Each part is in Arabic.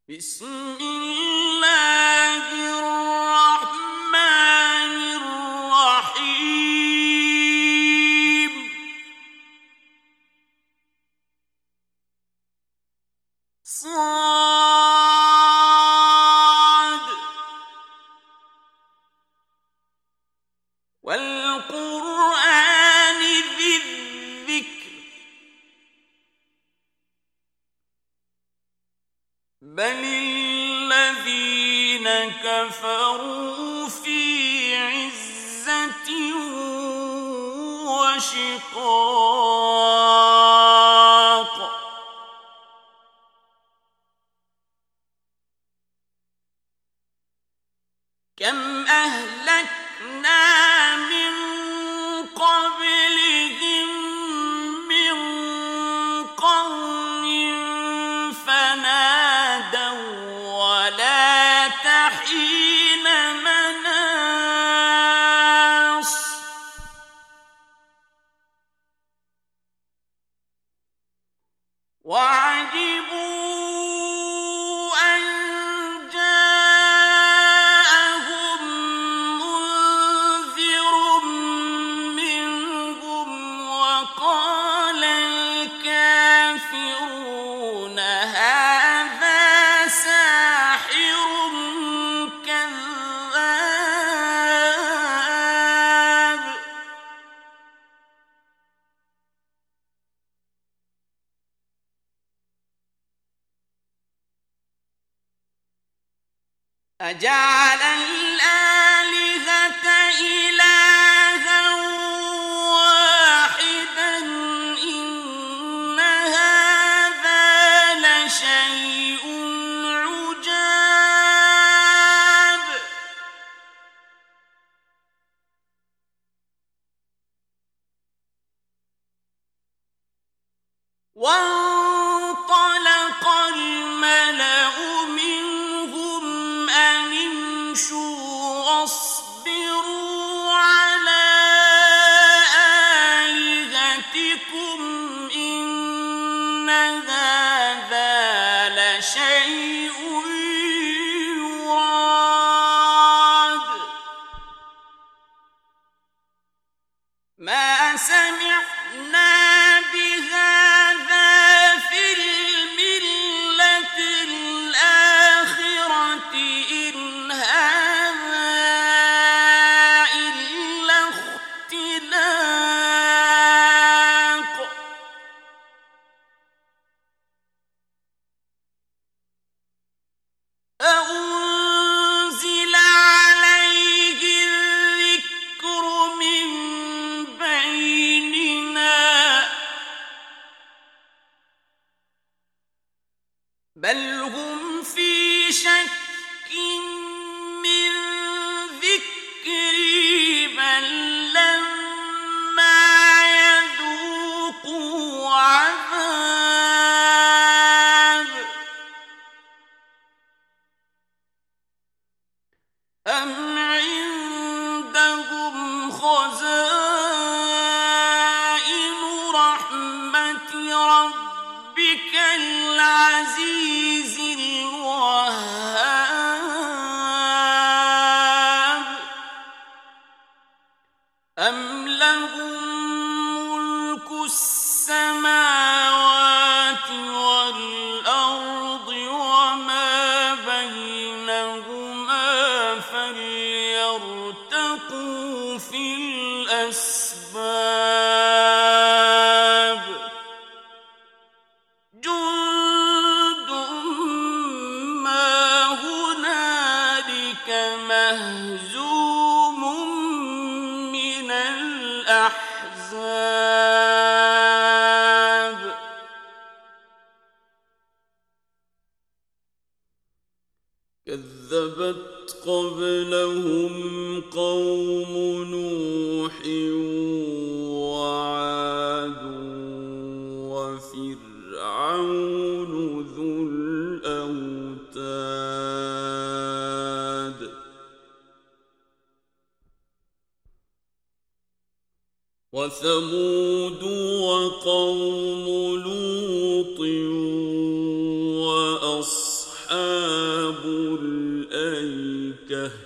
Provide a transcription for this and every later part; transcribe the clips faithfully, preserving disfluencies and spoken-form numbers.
بسم الله الرحمن الرحيم صاد والقرآن ذي الذكر بل الذين كفروا في عزة وشقاق كم أهلكنا من قبلهم من قرن فنادوا ولا تحين مناص وعجبوا أن جاءهم منذر منهم وقال الكافرون هذا ساحر كذاب أجعل الآلهة إلها واحدا إن هذا لشيء عجاب وانطلق الملأ منهم أن امشوا واصبروا على آلهتكم إن هذا لشيء يراد ما سمعنا بهذا في الملة الآخرة إن هذا إلا اختلاق أأنزل عليه الذكر من بيننا بل هم في شك من ذكري بل لما يذوقوا عذاب أم عندهم خزائن رحمة ربك العزيز الوهاب أم لهم ملك السماوات والأرض وما بينهما فليرتقوا في الأسباب جند ما هنالك مهزوم من الأحزاب كذبت قبلهم قوم نوح وعاد وفرعون ذو الأوتاد وثمود وقوم لوط وأصحاب أصحاب الأيكة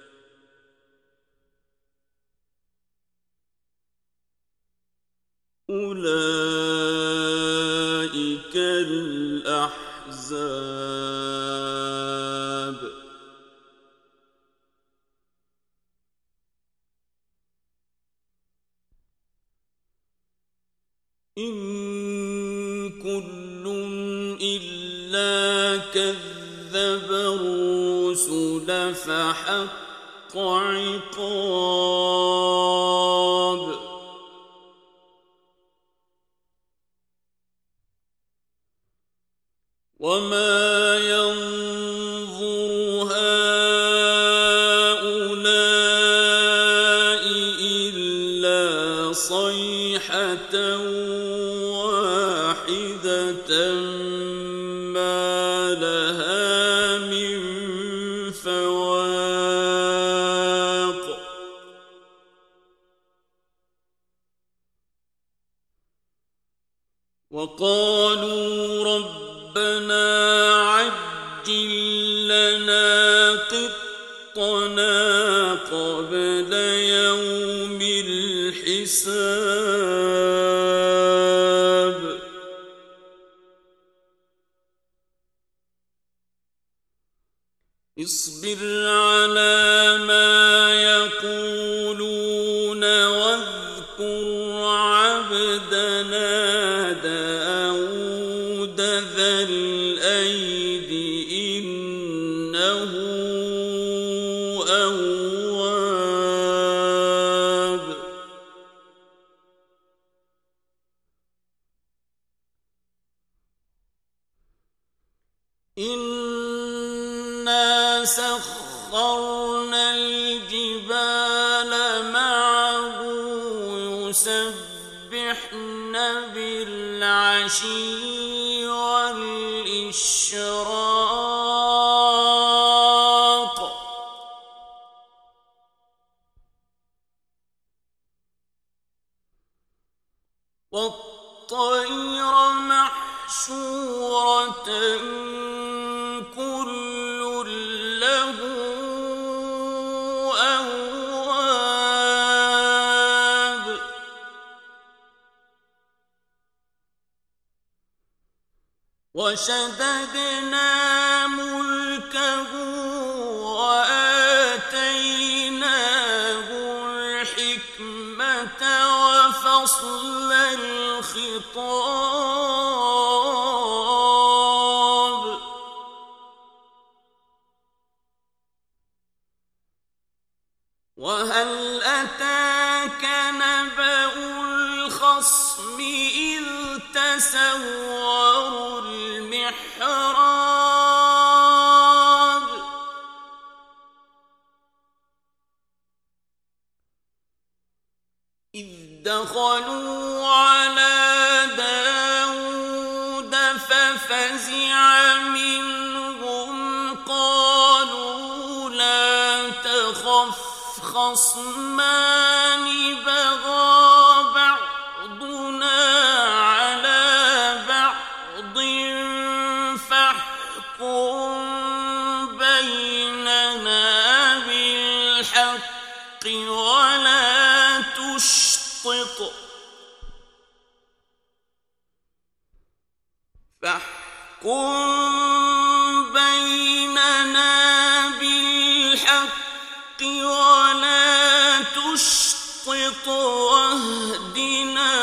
أولئك الأحزاب إن كل إلا كذب الرسل فحق عقاب وما ينظر هؤلاء إلا صيحة واحدة ما لها من فواق وقالوا ربنا عجل لنا قطنا قبل يوم الحساب اصبر على ما يقولون واذكر عبدنا داود ذا الأيد إنه أواب إنا سخرنا الجبال معه يسبحن بالعشي والإشراق والطير محشورة كل له أواب وشددنا ملكه وآتيناه الحكمة وفصل الخطاب وهل أتاك نبأ الخصم إذ تسوروا المحراب إذ دخلوا على داود ففزع منهم قالوا لا تخف خصمان بغى بعضنا على بعض فاحكم بيننا بالحق ولا تشطط فاحكم بيننا بالحق ولا تشطط واهدنا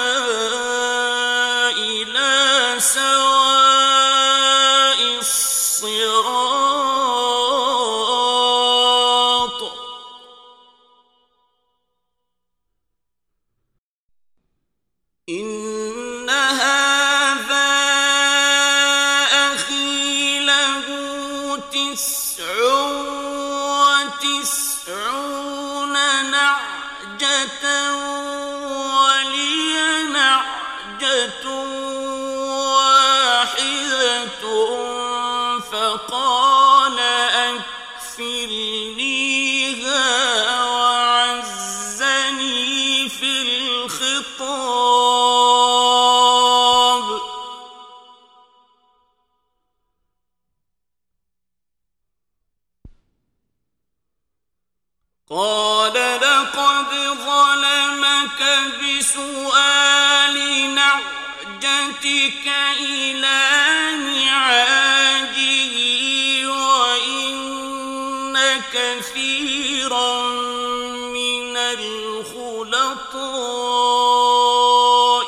إلى سواء الصراط إن هذا أخي له تسع وتسعون نعجة ولي نعجة واحدة فقال أكفلنيها وعزني في الخطاب قال لقد ظلمك بسؤال نعجتك إلى نعاجه وإن كثيرا من الخلطاء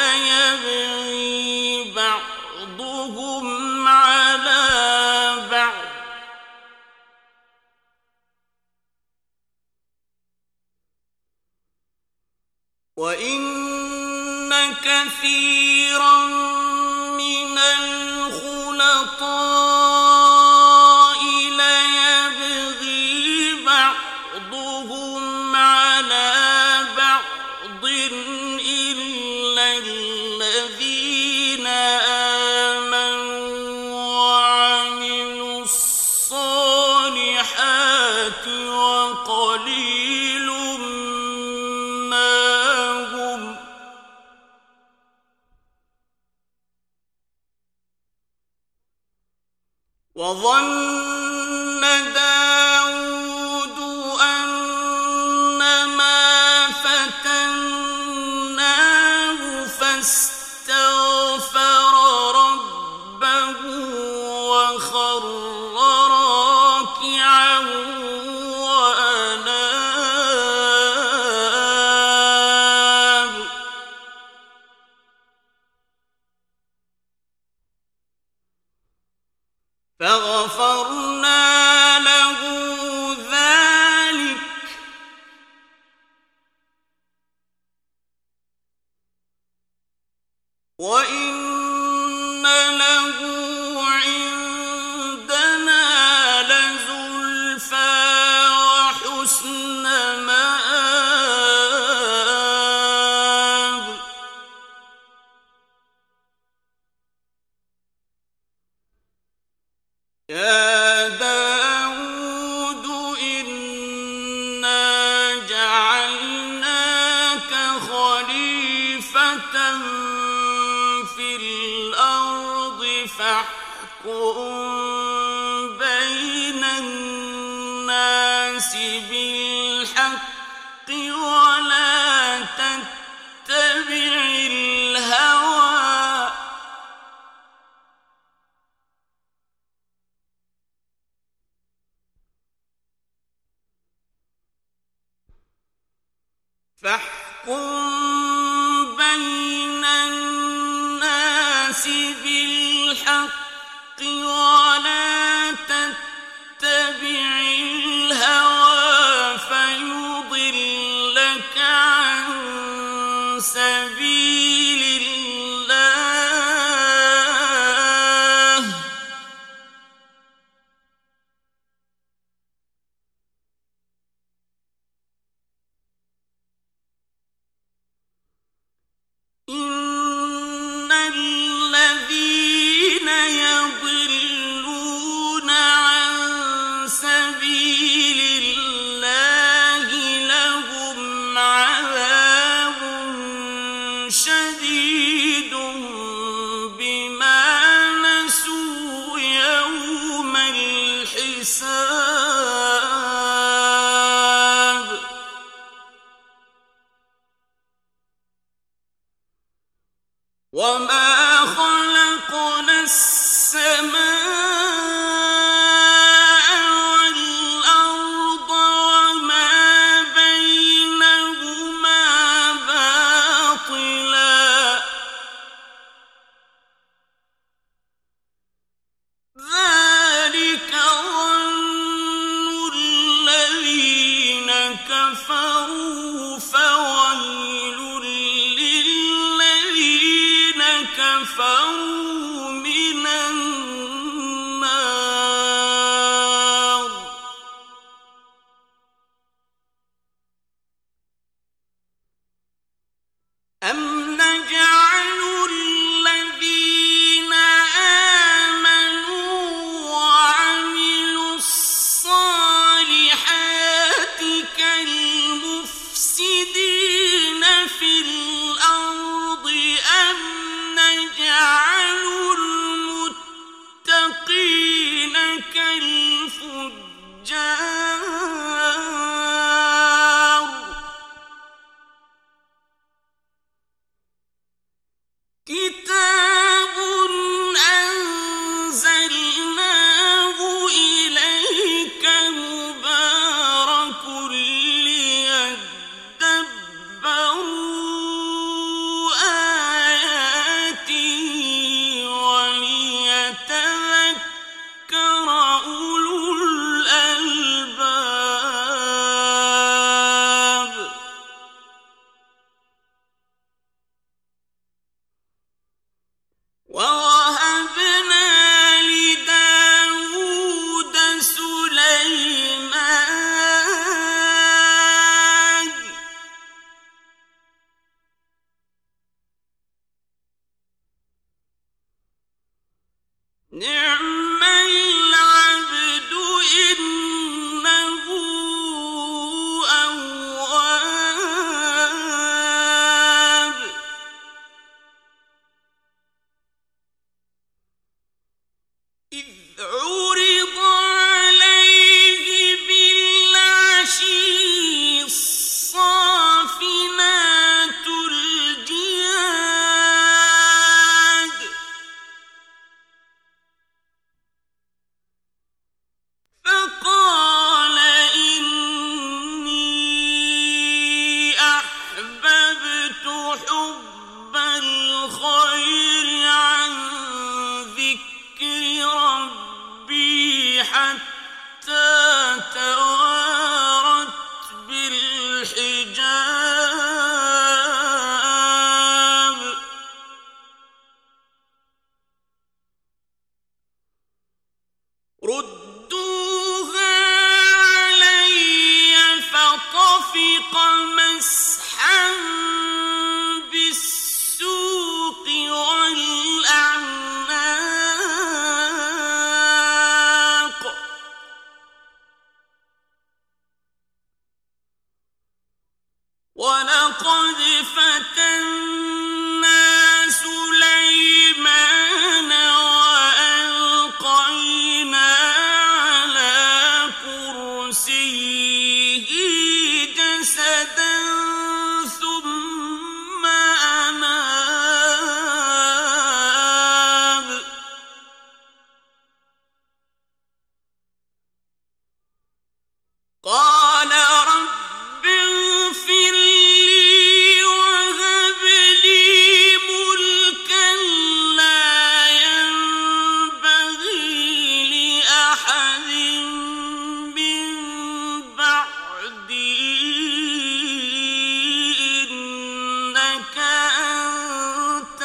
ليبغي بعضهم على بعض وَإِنَّ كَثِيرًا مِنَ الْخُلَطَاءِ لَيَبْغِي بَعْضُهُمْ عَلَى بَعْضٍ إِلَّا الَّذِينَ آمَنُوا وَعَمِلُوا الصَّالِحَاتِ وَقَلِيلٌ وظن داود أنما فتناه فاستغفر ربه وخر راكعا وأناب فغفرنا له ذلك وإن له عندنا لزلفى وحسن مآب يا داود إنا جعلناك خليفة في الأرض فاحكم بين الناس بالحق ولا تتبع الهوى فاحكم بين الناس بالحق ولا تتبع الهوى فيضلك عن سبيل الله إن الذين يضلون عن سبيل الله لهم عذاب شديد بما نسوا يوم الحساب وما خلقنا السماء والأرض وما بينهما باطلا ذلك ظن الذين كفروا فويل للذين حتى توارت بالحجاب ردوها علي فطفق مسحا بالسوق والأعناق ولقد فتنا سليمان وألقينا على كرسيه جسدا ثم أناب قال رب اغفر لي وهب لي ملكا لا ينبغي لأحد من بعدي إنك أنت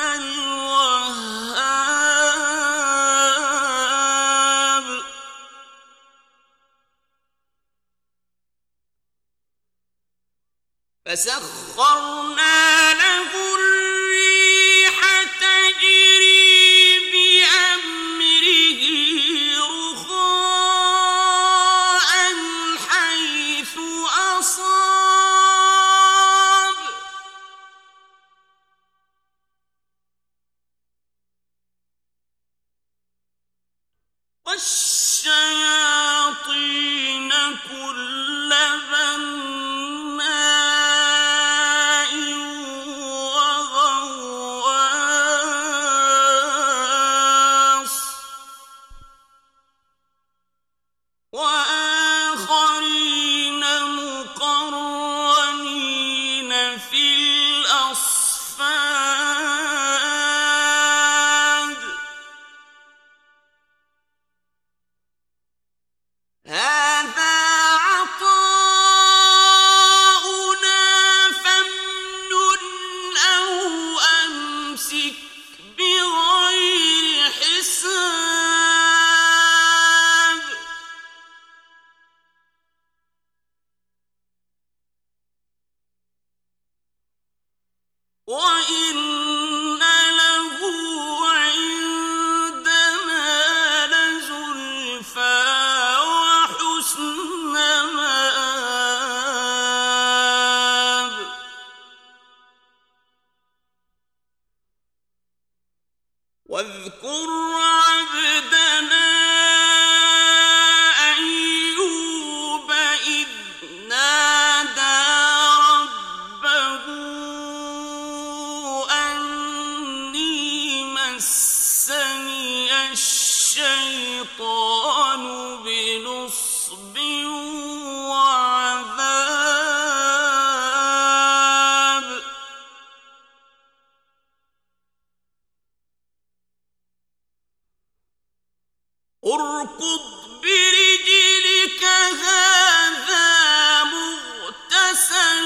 الوهاب فسخرنا له الريح تجري بأمره رخاء حيث أصاب والشياطين كل بناء وغواص وآخرين مقرنين في الأصفاد هذا عطاؤنا فامنن أو أمسك بغير حساب وإن له عندنا لزلفى وحسن مآب واذكر عبدنا أيوب إذ نادى ربه أني مسني الشيطان بنصب وعذاب اركض برجلك هذا مغتسل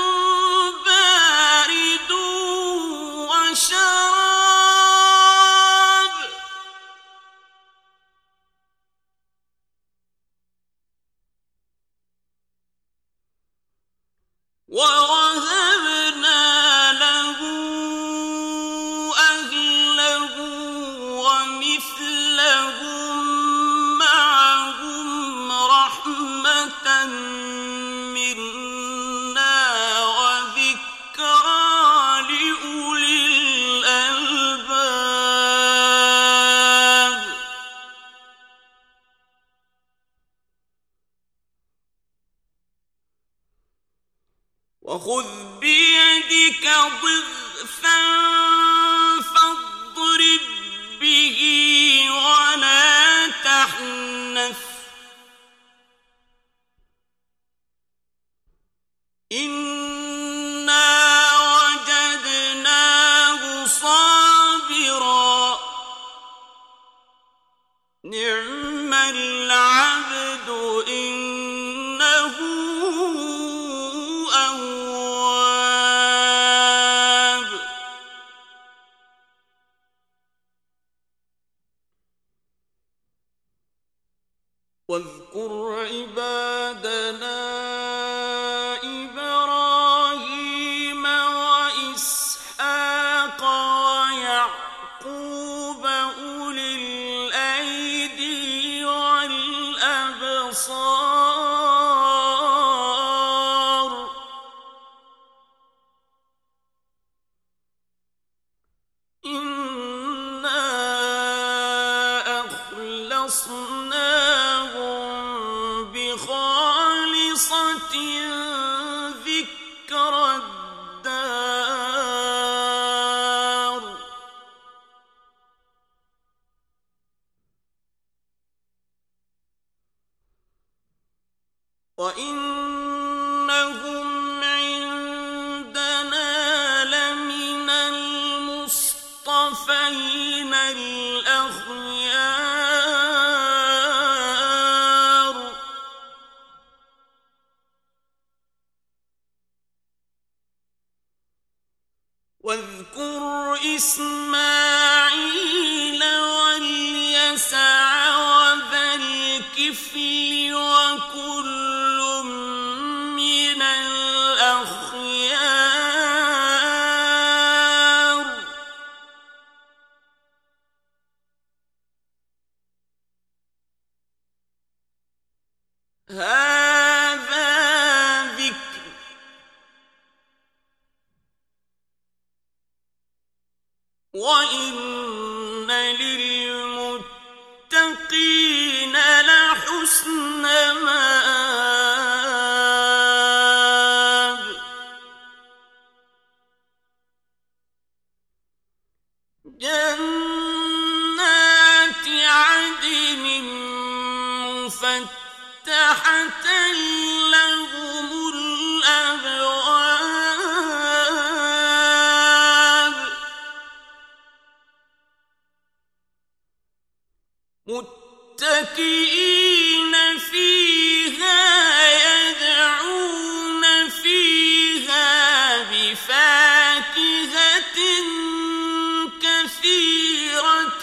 بارد وشراب ووهبنا له أهله ومثلهم معهم رحمة منا وذكرى لأولي الألباب وخذ بيدك ضغثا فاضرب به ولا تحنث إنا وجدناه صابرا نعم العبد واذكر عبادنا إبراهيم وإسحاق ويعقوب أولي الأيدي والأبصار إنا أخلصناهم بخالصة ذكرى الدار وإنهم عندنا لمن المصطفين الأخيار واذكر إسماعيل واليسع وذا الكفل وكل من الأخيار هذا ذكر وإن للمتقين لحسن مآب جنات عدن مفتحة لهم الأبواب متكئين فيها يدعون فيها بفاكهة كثيرة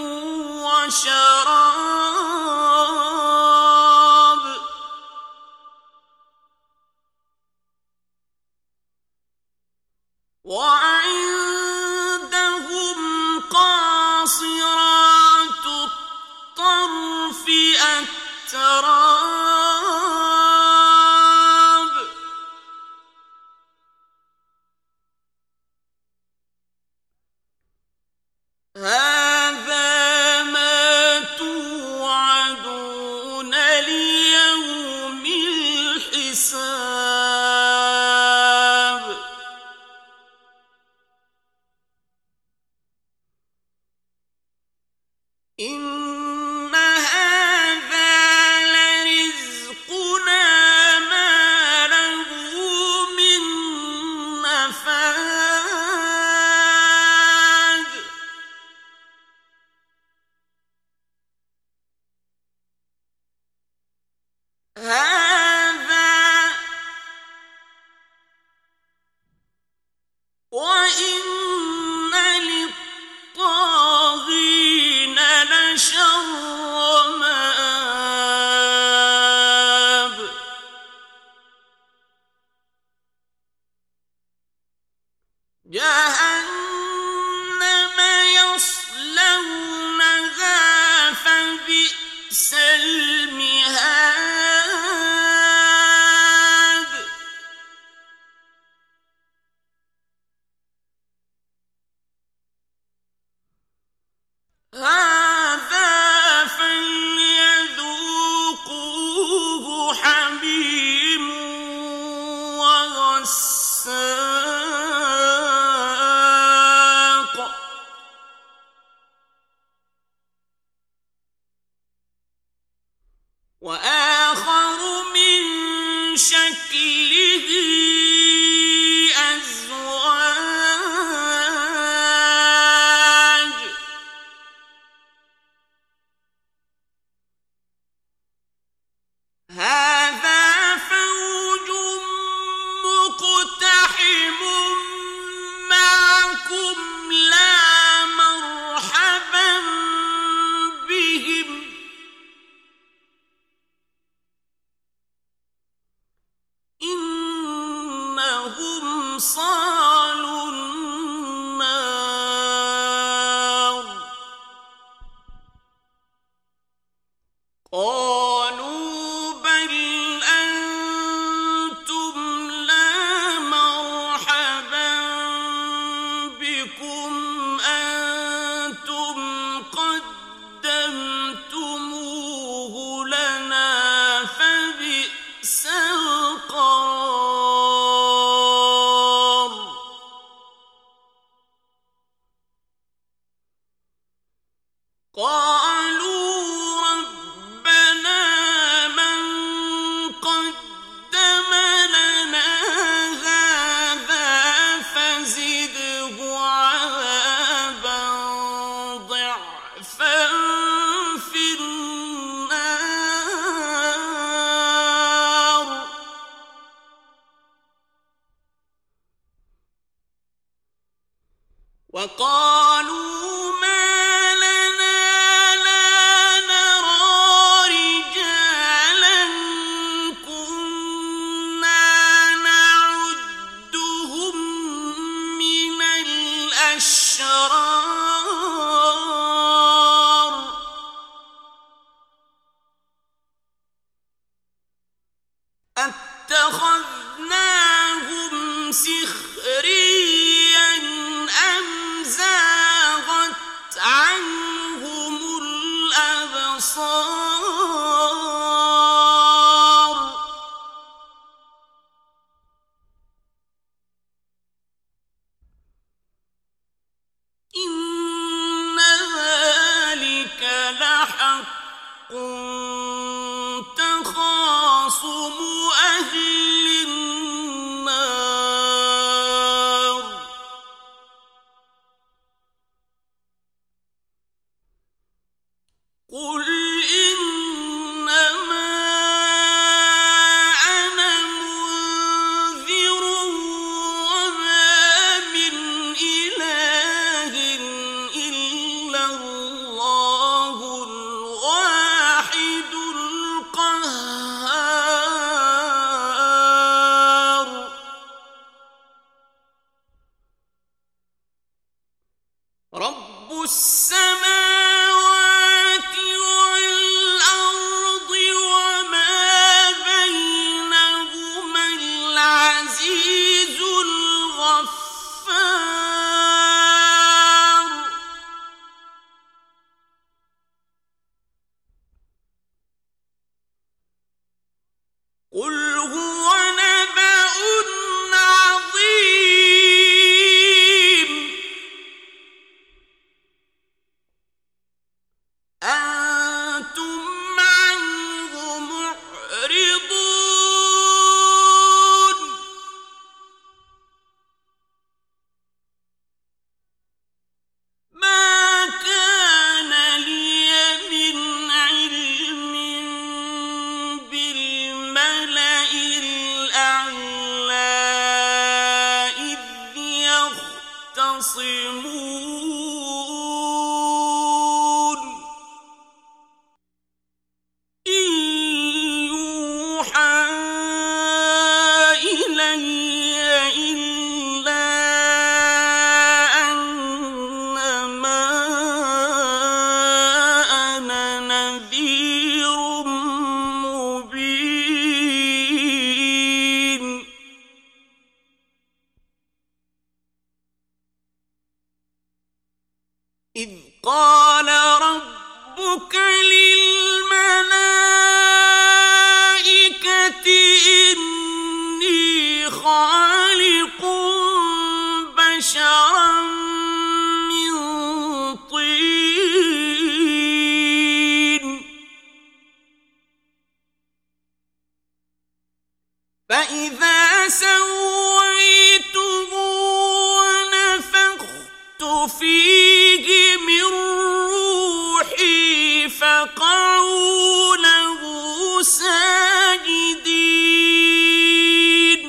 وشراب وعندهم قاصرات الطرف أتراب هذا ما توعدون ليوم الحساب إن هذا لرزقنا ما له من نفاد هذا وإن للطاغين لشر مآب جهنم يصلونها فبئس المهاد هذا فليذوقوه حميم وغساق وآخر من شكله أزواج هذا فوج مقتحم معكم لا مرحبا بهم صَالُو النَّارِ قَالُوا بَلْ أَنتُمْ لَا مَرْحَبًا بِكُمْ أَنتُمْ قَدَّمْتُمُوهُ لَنَا فَبِئْسَ الْقَرَارُ قَالُوا رَبَّنَا مَنْ قَدَّمَ لَنَا هَٰذَا فَزِدْهُ عَذَابًا ضِعْفًا فِي النَّارِ وَقَالُوا مَا لَنَا لَا نَرَىٰ رِجَالًا كُنَّا نَعُدُّهُم مِّنَ الْأَشْرَارِ أَتَّخَذْنَاهُمْ سِخْرِيًّا أَمْ زَاغَتْ عَنْهُمُ الْأَبْصَارُ إِنَّ ذَلِكَ لَحَقٌّ تَخَاصُمُ أَهْلِ النَّارِ قُلْ إِنَّمَا أَنَا مُنذِرٌ وَمَا مِنْ إِلَٰهٍ إِلَّا اللَّهُ الْوَاحِدُ الْقَهَّارُ رَبُّ السَّمَاوَاتِ وَالْأَرْضِ وَمَا بَيْنَهُمَا الْعَزِيزُ الْغَفَّارُ قُلْ هُوَ نَبَأٌ عَظِيمٌ أَنتُمْ عَنْهُ مُعْرِضُونَ مَا كَانَ لِيَ مِنْ عِلْمٍ بِالْمَلَإِ الْأَعْلَىٰ إِذْ يَخْتَصِمُونَ إِن يُوحَىٰ إِلَيَّ إِلَّا أَنَّمَا أَنَا نَذِيرٌ مُّبِينٌ إِذْ قَالَ رَبُّكَ لِلْمَلَائِكَةِ إِنِّي خَالِقٌ بَشَرًا مِّن طِينٍ فَإِذَا سَوَّيْتُهُ وَنَفَخْتُ فِيهِ مِن رُّوحِي فَقَعُوا لَهُ سَاجِدِينَ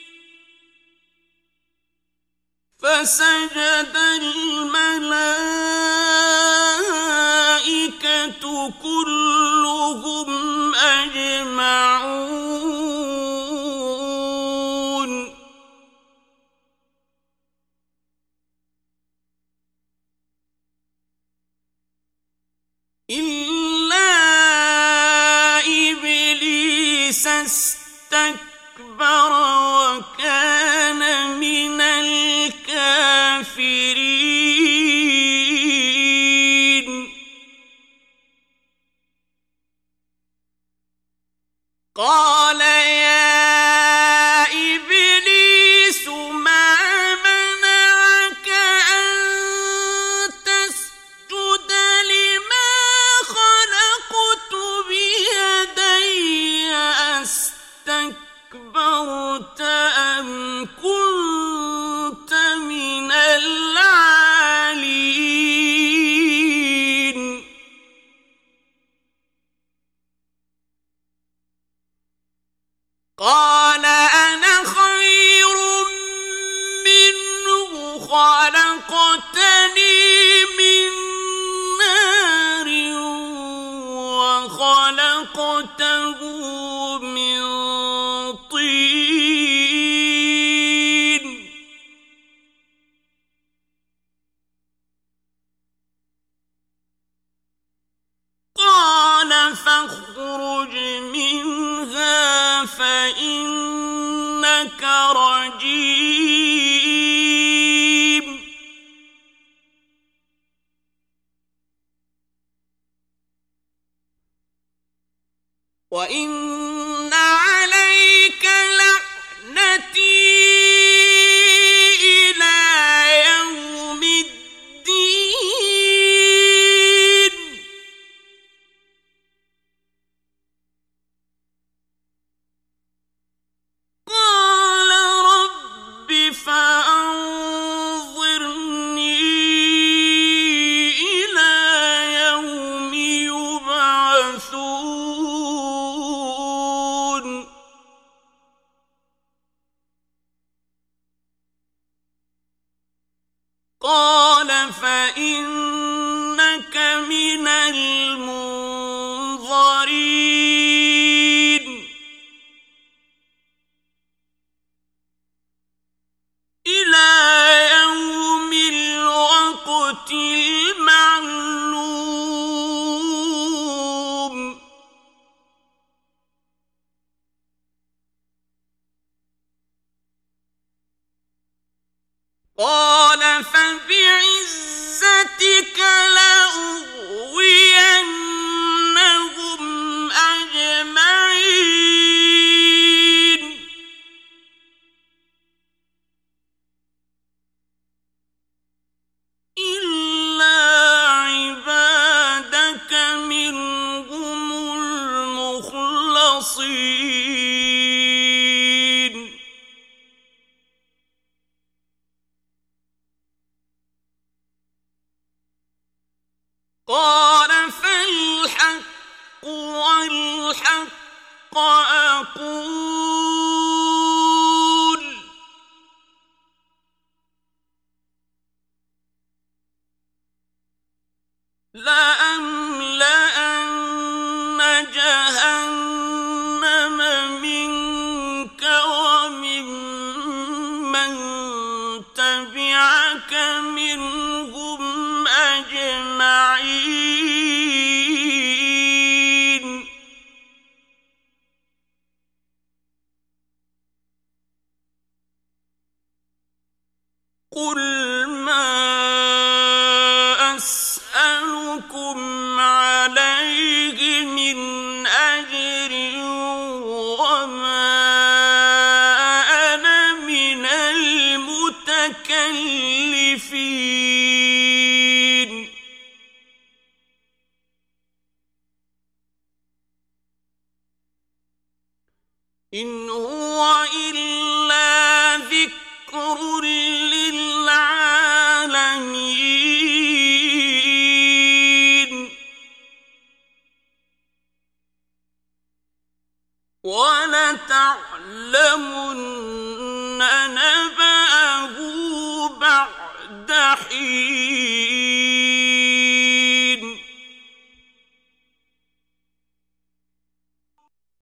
فَسَجَدَ الْمَلَائِكَةُ كُلُّهُمْ أَجْمَعُونَ استكبر وكان من الكافرين قال يا إبليس ما منعك أن تسجد لما خلقت بيدي أستكبرت أم كنت من العالين قال أنا خير منه خلقتني من نار وخلقته من طين قال فاخرج منها فإنك رجيم وإن عليك لعنتي إلى يوم الدين قال رب فأنظرني إلى يوم يبعثون قال فإنك من المنظرين إلى يوم الوقت المعلوم قال فبعزتك لأغوينهم أجمعين إلا عبادك منهم المخلصين قال فالحق والحق أقول لأملأن جهنم منك وممن تبعك منهم أجمعين قل ما أسألكم عليه من أجر وما أنا من المتكلفين إن هو إلا ذكر للعالمين ولتعلمن نبأه بعد حين